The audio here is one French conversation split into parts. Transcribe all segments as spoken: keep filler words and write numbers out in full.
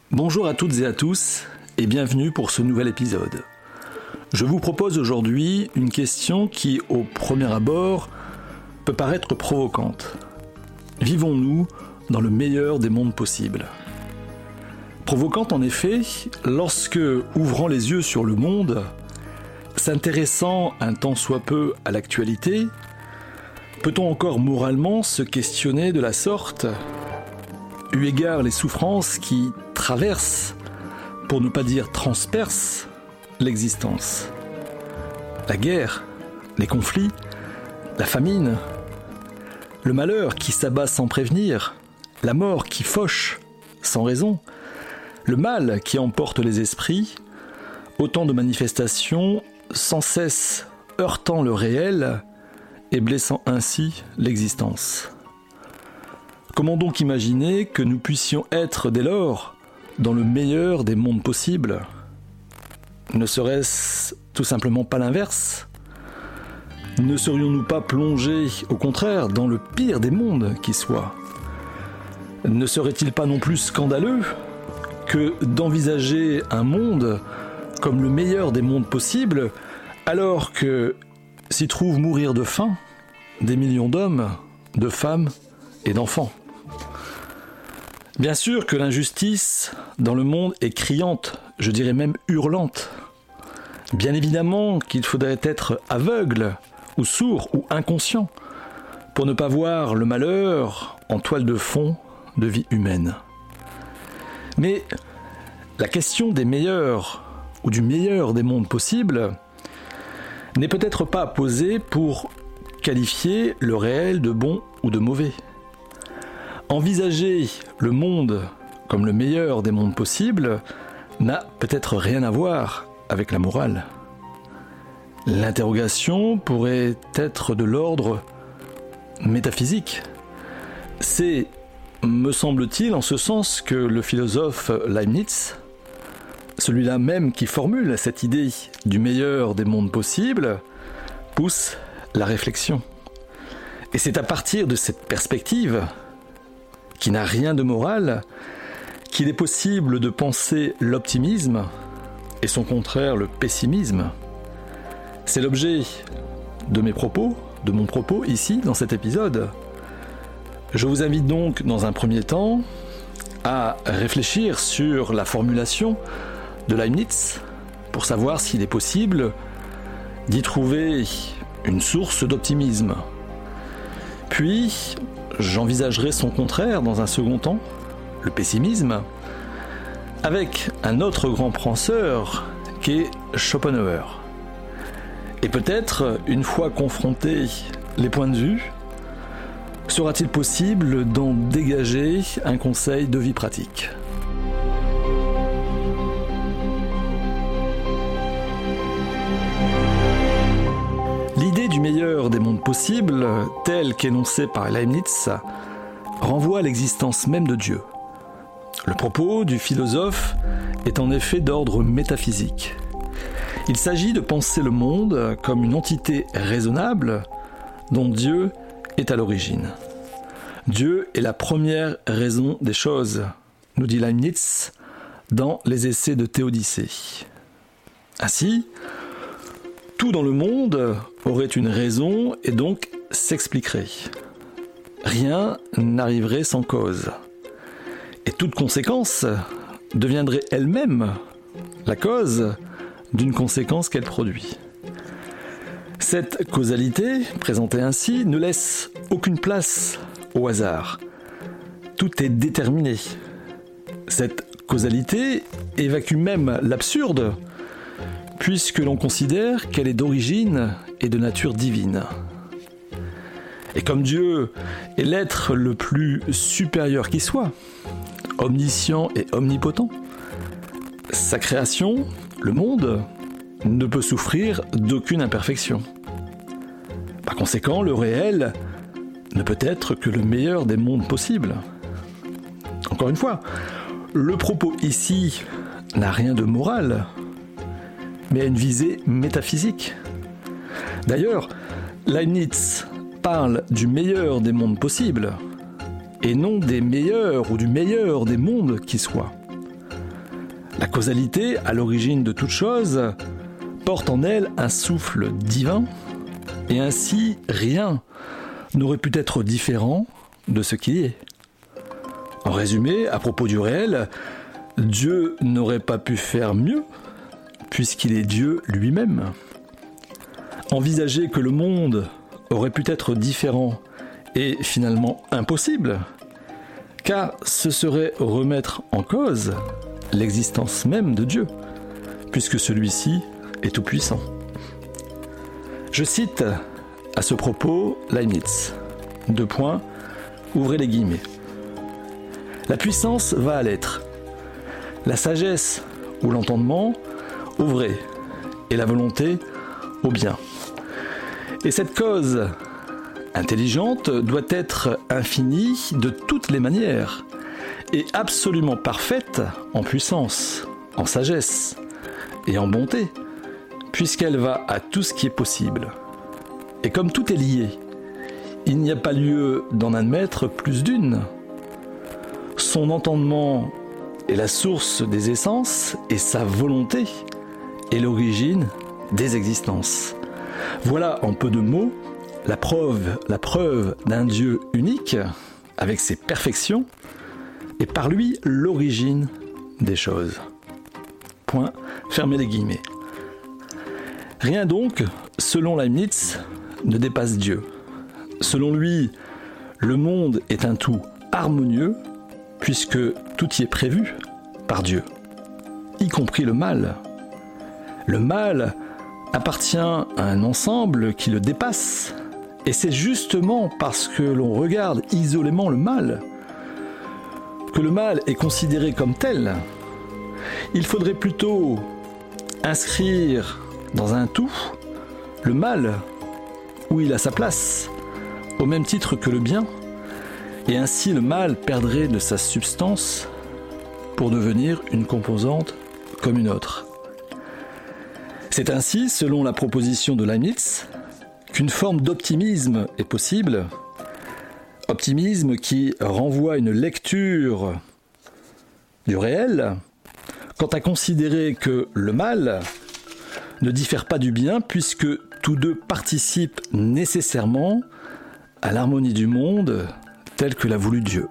Bonjour à toutes et à tous et bienvenue pour ce nouvel épisode. Je vous propose aujourd'hui une question qui, au premier abord, peut paraître provocante. Vivons-nous dans le meilleur des mondes possibles ? Provocante en effet, lorsque, ouvrant les yeux sur le monde, s'intéressant un tant soit peu à l'actualité, peut-on encore moralement se questionner de la sorte ? Eu égard les souffrances qui traversent, pour ne pas dire transpercent, l'existence. La guerre, les conflits, la famine, le malheur qui s'abat sans prévenir, la mort qui fauche sans raison, le mal qui emporte les esprits, autant de manifestations sans cesse heurtant le réel et blessant ainsi l'existence. Comment donc imaginer que nous puissions être dès lors dans le meilleur des mondes possibles ? Ne serait-ce tout simplement pas l'inverse ? Ne serions-nous pas plongés, au contraire, dans le pire des mondes qui soit ? Ne serait-il pas non plus scandaleux que d'envisager un monde comme le meilleur des mondes possibles, alors que s'y trouvent mourir de faim des millions d'hommes, de femmes et d'enfants ? Bien sûr que l'injustice dans le monde est criante, je dirais même hurlante. Bien évidemment qu'il faudrait être aveugle, ou sourd, ou inconscient, pour ne pas voir le malheur en toile de fond de vie humaine. Mais la question des meilleurs, ou du meilleur des mondes possibles, n'est peut-être pas posée pour qualifier le réel de bon ou de mauvais. Envisager le monde comme le meilleur des mondes possibles n'a peut-être rien à voir avec la morale. L'interrogation pourrait être de l'ordre métaphysique. C'est, me semble-t-il, en ce sens que le philosophe Leibniz, celui-là même qui formule cette idée du meilleur des mondes possibles, pousse la réflexion. Et c'est à partir de cette perspective, qui n'a rien de moral, qu'il est possible de penser l'optimisme et son contraire le pessimisme. C'est l'objet de mes propos, de mon propos ici dans cet épisode. Je vous invite donc dans un premier temps à réfléchir sur la formulation de Leibniz pour savoir s'il est possible d'y trouver une source d'optimisme. Puis, j'envisagerai son contraire dans un second temps, le pessimisme, avec un autre grand penseur qui est Schopenhauer. Et peut-être, une fois confrontés les points de vue, sera-t-il possible d'en dégager un conseil de vie pratique ? L'idée du meilleur des mondes possibles, telle qu'énoncée par Leibniz, renvoie à l'existence même de Dieu. Le propos du philosophe est en effet d'ordre métaphysique. Il s'agit de penser le monde comme une entité raisonnable dont Dieu est à l'origine. Dieu est la première raison des choses, nous dit Leibniz dans les essais de Théodicée. Ainsi, tout dans le monde aurait une raison et donc s'expliquerait. Rien n'arriverait sans cause. Et toute conséquence deviendrait elle-même la cause d'une conséquence qu'elle produit. Cette causalité, présentée ainsi, ne laisse aucune place au hasard. Tout est déterminé. Cette causalité évacue même l'absurde, puisque l'on considère qu'elle est d'origine et de nature divine. Et comme Dieu est l'être le plus supérieur qui soit, omniscient et omnipotent, sa création, le monde, ne peut souffrir d'aucune imperfection. Par conséquent, le réel ne peut être que le meilleur des mondes possibles. Encore une fois, le propos ici n'a rien de moral, mais a une visée métaphysique. D'ailleurs, Leibniz parle du meilleur des mondes possibles, et non des meilleurs ou du meilleur des mondes qui soient. La causalité, à l'origine de toute chose, porte en elle un souffle divin, et ainsi rien n'aurait pu être différent de ce qui est. En résumé, à propos du réel, Dieu n'aurait pas pu faire mieux, puisqu'il est Dieu lui-même. Envisager que le monde aurait pu être différent est finalement impossible, car ce serait remettre en cause l'existence même de Dieu, puisque celui-ci est tout-puissant. Je cite à ce propos Leibniz. Deux points, ouvrez les guillemets. La puissance va à l'être, la sagesse ou l'entendement au vrai, et la volonté au bien. Et cette cause intelligente doit être infinie de toutes les manières, et absolument parfaite en puissance, en sagesse et en bonté, puisqu'elle va à tout ce qui est possible. Et comme tout est lié, il n'y a pas lieu d'en admettre plus d'une. Son entendement est la source des essences et sa volonté est l'origine des existences. Voilà en peu de mots la preuve, la preuve d'un Dieu unique avec ses perfections et par lui l'origine des choses. Point, fermez les guillemets. Rien donc, selon Leibniz, ne dépasse Dieu. Selon lui, le monde est un tout harmonieux puisque tout y est prévu par Dieu, y compris le mal. Le mal appartient à un ensemble qui le dépasse, et c'est justement parce que l'on regarde isolément le mal que le mal est considéré comme tel. Il faudrait plutôt inscrire dans un tout le mal où il a sa place, au même titre que le bien, et ainsi le mal perdrait de sa substance pour devenir une composante comme une autre. C'est ainsi, selon la proposition de Leibniz, qu'une forme d'optimisme est possible, optimisme qui renvoie à une lecture du réel, quant à considérer que le mal ne diffère pas du bien puisque tous deux participent nécessairement à l'harmonie du monde telle que l'a voulu Dieu.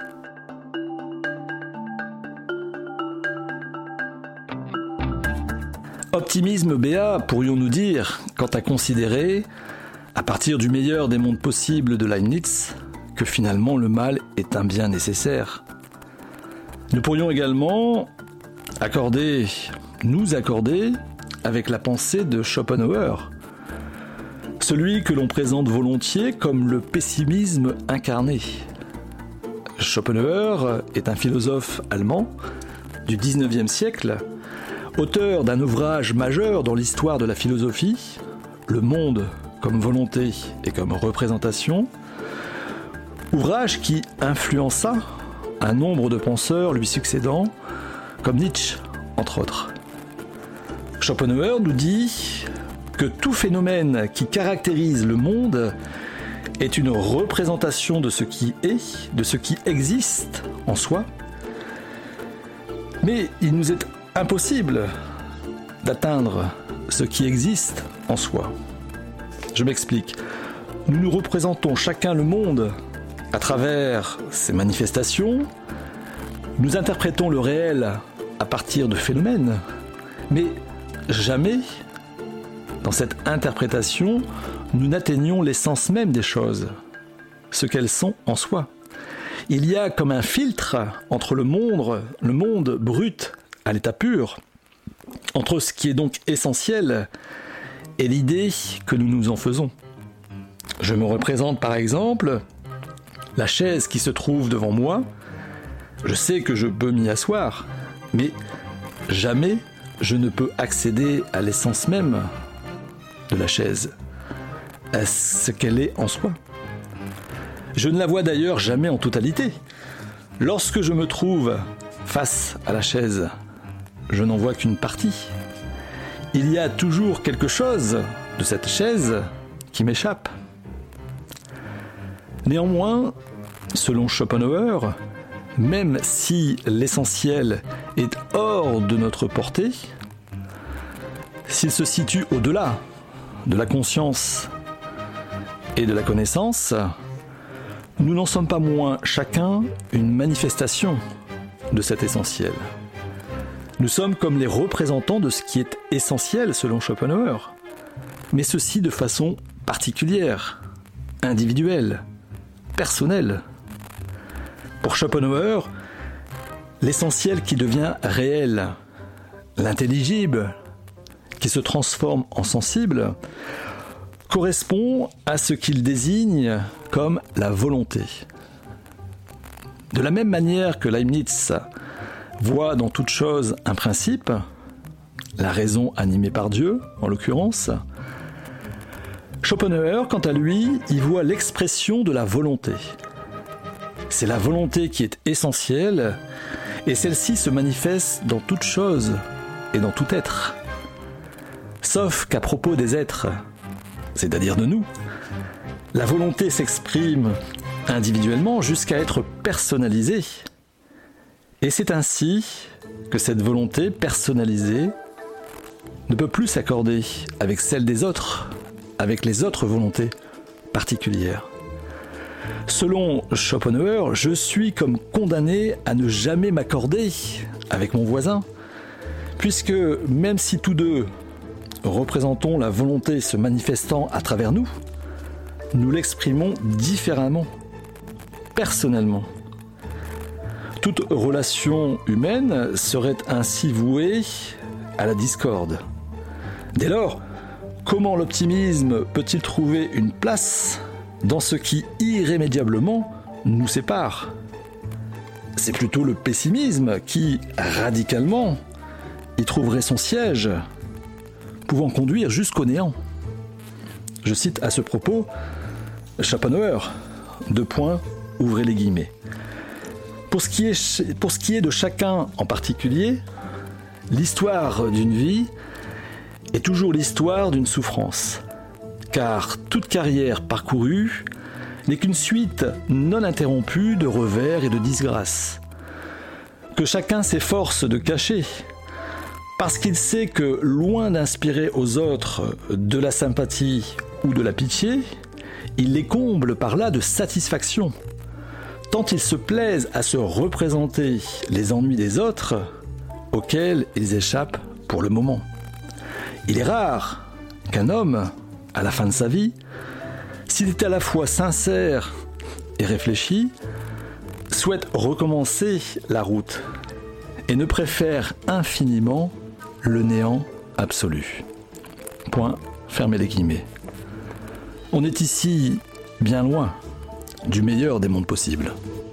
Optimisme béat, pourrions-nous dire, quant à considérer, à partir du meilleur des mondes possibles de Leibniz, que finalement le mal est un bien nécessaire. Nous pourrions également accorder, nous accorder avec la pensée de Schopenhauer, celui que l'on présente volontiers comme le pessimisme incarné. Schopenhauer est un philosophe allemand du dix-neuvième siècle, auteur d'un ouvrage majeur dans l'histoire de la philosophie, Le monde comme volonté et comme représentation, ouvrage qui influença un nombre de penseurs lui succédant, comme Nietzsche, entre autres. Schopenhauer nous dit que tout phénomène qui caractérise le monde est une représentation de ce qui est, de ce qui existe en soi, mais il nous est impossible d'atteindre ce qui existe en soi. Je m'explique. Nous nous représentons chacun le monde à travers ses manifestations, nous interprétons le réel à partir de phénomènes, mais jamais, dans cette interprétation, nous n'atteignons l'essence même des choses, ce qu'elles sont en soi. Il y a comme un filtre entre le monde, le monde brut à l'état pur, entre ce qui est donc essentiel et l'idée que nous nous en faisons. Je me représente par exemple la chaise qui se trouve devant moi. Je sais que je peux m'y asseoir, mais jamais je ne peux accéder à l'essence même de la chaise, à ce qu'elle est en soi. Je ne la vois d'ailleurs jamais en totalité. Lorsque je me trouve face à la chaise, je n'en vois qu'une partie. Il y a toujours quelque chose de cette chaise qui m'échappe. Néanmoins, selon Schopenhauer, même si l'essentiel est hors de notre portée, s'il se situe au-delà de la conscience et de la connaissance, nous n'en sommes pas moins chacun une manifestation de cet essentiel. Nous sommes comme les représentants de ce qui est essentiel selon Schopenhauer, mais ceci de façon particulière, individuelle, personnelle. Pour Schopenhauer, l'essentiel qui devient réel, l'intelligible, qui se transforme en sensible, correspond à ce qu'il désigne comme la volonté. De la même manière que Leibniz voit dans toute chose un principe, la raison animée par Dieu, en l'occurrence, Schopenhauer, quant à lui, y voit l'expression de la volonté. C'est la volonté qui est essentielle, et celle-ci se manifeste dans toute chose et dans tout être. Sauf qu'à propos des êtres, c'est-à-dire de nous, la volonté s'exprime individuellement jusqu'à être personnalisée. Et c'est ainsi que cette volonté personnalisée ne peut plus s'accorder avec celle des autres, avec les autres volontés particulières. Selon Schopenhauer, je suis comme condamné à ne jamais m'accorder avec mon voisin, puisque même si tous deux représentons la volonté se manifestant à travers nous, nous l'exprimons différemment, personnellement. Toute relation humaine serait ainsi vouée à la discorde. Dès lors, comment l'optimisme peut-il trouver une place dans ce qui irrémédiablement nous sépare ? C'est plutôt le pessimisme qui, radicalement, y trouverait son siège, pouvant conduire jusqu'au néant. Je cite à ce propos Schopenhauer, deux points, ouvrez les guillemets. Pour ce qui est, pour ce qui est de chacun en particulier, l'histoire d'une vie est toujours l'histoire d'une souffrance, car toute carrière parcourue n'est qu'une suite non interrompue de revers et de disgrâces, que chacun s'efforce de cacher, parce qu'il sait que, loin d'inspirer aux autres de la sympathie ou de la pitié, il les comble par là de satisfaction, tant il se plaise à se représenter les ennuis des autres auxquels ils échappent pour le moment. Il est rare qu'un homme, à la fin de sa vie, s'il est à la fois sincère et réfléchi, souhaite recommencer la route et ne préfère infiniment le néant absolu. Point, fermez les guillemets. On est ici bien loin du meilleur des mondes possibles.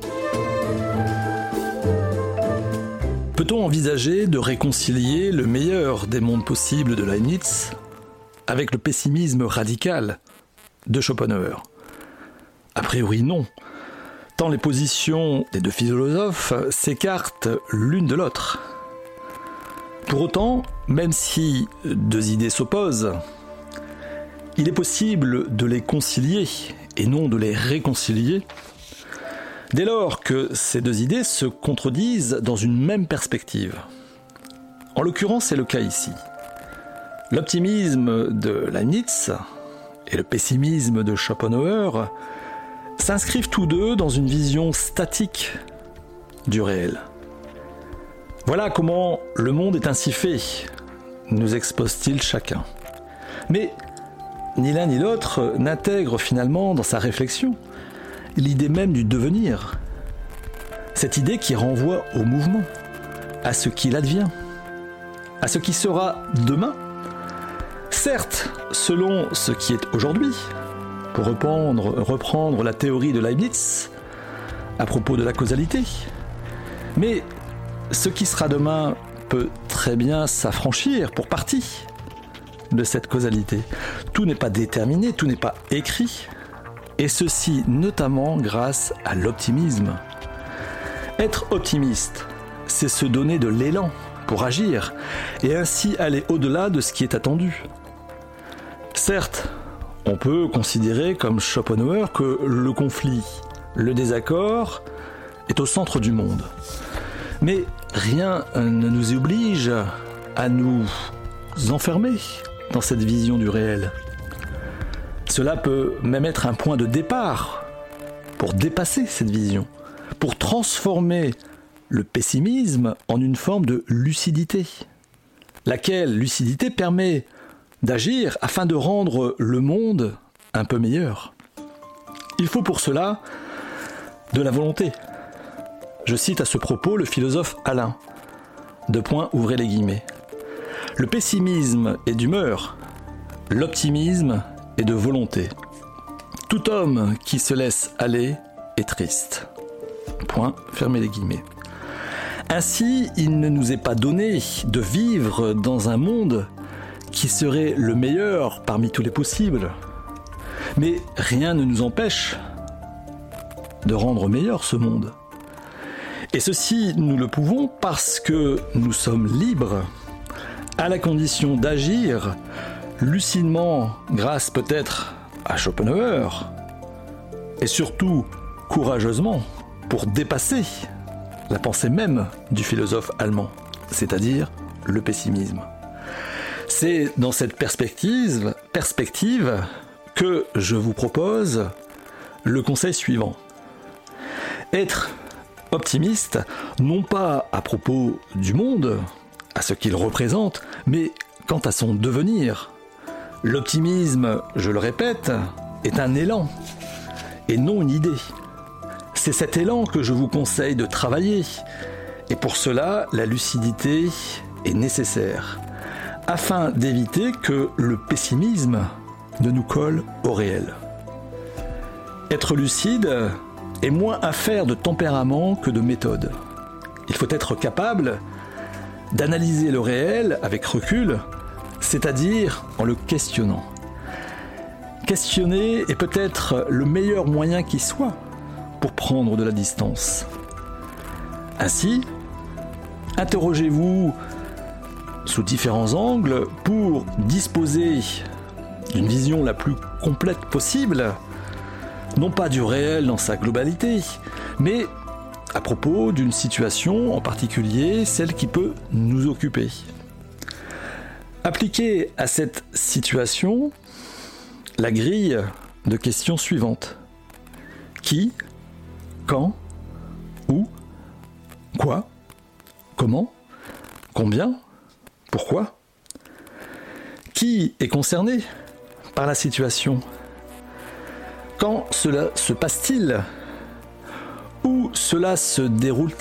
Peut-on envisager de réconcilier le meilleur des mondes possibles de Leibniz avec le pessimisme radical de Schopenhauer ? A priori non, tant les positions des deux philosophes s'écartent l'une de l'autre. Pour autant, même si deux idées s'opposent, il est possible de les concilier et non de les réconcilier, dès lors que ces deux idées se contredisent dans une même perspective. En l'occurrence, c'est le cas ici. L'optimisme de Leibniz et le pessimisme de Schopenhauer s'inscrivent tous deux dans une vision statique du réel. Voilà comment le monde est ainsi fait, nous expose-t-il chacun. Mais ni l'un ni l'autre n'intègre finalement dans sa réflexion l'idée même du devenir. Cette idée qui renvoie au mouvement, à ce qu'il advient, à ce qui sera demain. Certes, selon ce qui est aujourd'hui, pour reprendre, reprendre la théorie de Leibniz à propos de la causalité, mais ce qui sera demain peut très bien s'affranchir pour partie de cette causalité. Tout n'est pas déterminé, tout n'est pas écrit, et ceci notamment grâce à l'optimisme. Être optimiste, c'est se donner de l'élan pour agir, et ainsi aller au-delà de ce qui est attendu. Certes, on peut considérer comme Schopenhauer que le conflit, le désaccord, est au centre du monde. Mais rien ne nous oblige à nous enfermer dans cette vision du réel. Cela peut même être un point de départ pour dépasser cette vision, pour transformer le pessimisme en une forme de lucidité, laquelle lucidité permet d'agir afin de rendre le monde un peu meilleur. Il faut pour cela de la volonté. Je cite à ce propos le philosophe Alain. Deux points, ouvrez les guillemets. Le pessimisme est d'humeur, l'optimisme est de volonté. Tout homme qui se laisse aller est triste. Point, fermez les guillemets. Ainsi, il ne nous est pas donné de vivre dans un monde qui serait le meilleur parmi tous les possibles. Mais rien ne nous empêche de rendre meilleur ce monde. Et ceci, nous le pouvons parce que nous sommes libres, à la condition d'agir lucidement grâce peut-être à Schopenhauer, et surtout courageusement pour dépasser la pensée même du philosophe allemand, c'est-à-dire le pessimisme. C'est dans cette perspective, perspective que je vous propose le conseil suivant. Être optimiste, non pas à propos du monde, à ce qu'il représente, mais quant à son devenir. L'optimisme, je le répète, est un élan, et non une idée. C'est cet élan que je vous conseille de travailler, et pour cela, la lucidité est nécessaire, afin d'éviter que le pessimisme ne nous colle au réel. Être lucide est moins affaire de tempérament que de méthode. Il faut être capable d'analyser le réel avec recul, c'est-à-dire en le questionnant. Questionner est peut-être le meilleur moyen qui soit pour prendre de la distance. Ainsi, interrogez-vous sous différents angles pour disposer d'une vision la plus complète possible, non pas du réel dans sa globalité, mais à propos d'une situation en particulier, celle qui peut nous occuper. Appliquez à cette situation la grille de questions suivantes. Qui ? Quand ? Où ? Quoi ? Comment ? Combien ? Pourquoi ? Qui est concerné par la situation ? Quand cela se passe-t-il ? Où cela se déroule-t-il ?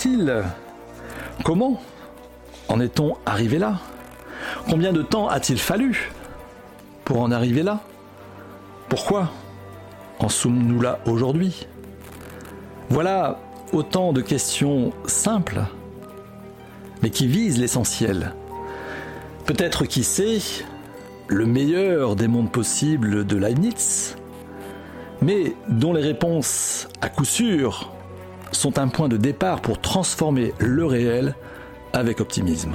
Comment en est-on arrivé là ? Combien de temps a-t-il fallu pour en arriver là ? Pourquoi en sommes-nous là aujourd'hui ? Voilà autant de questions simples, mais qui visent l'essentiel. Peut-être, qui sait, le meilleur des mondes possibles de Leibniz, mais dont les réponses, à coup sûr, sont un point de départ pour transformer le réel avec optimisme.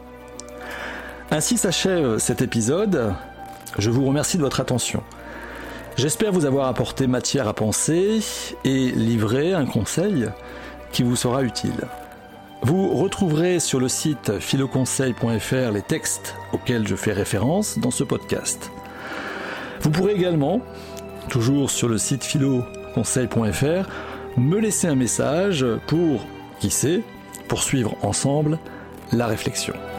Ainsi s'achève cet épisode. Je vous remercie de votre attention. J'espère vous avoir apporté matière à penser et livré un conseil qui vous sera utile. Vous retrouverez sur le site philoconseil point f r les textes auxquels je fais référence dans ce podcast. Vous pourrez également, toujours sur le site philoconseil point f r, me laisser un message pour, qui sait, poursuivre ensemble la réflexion.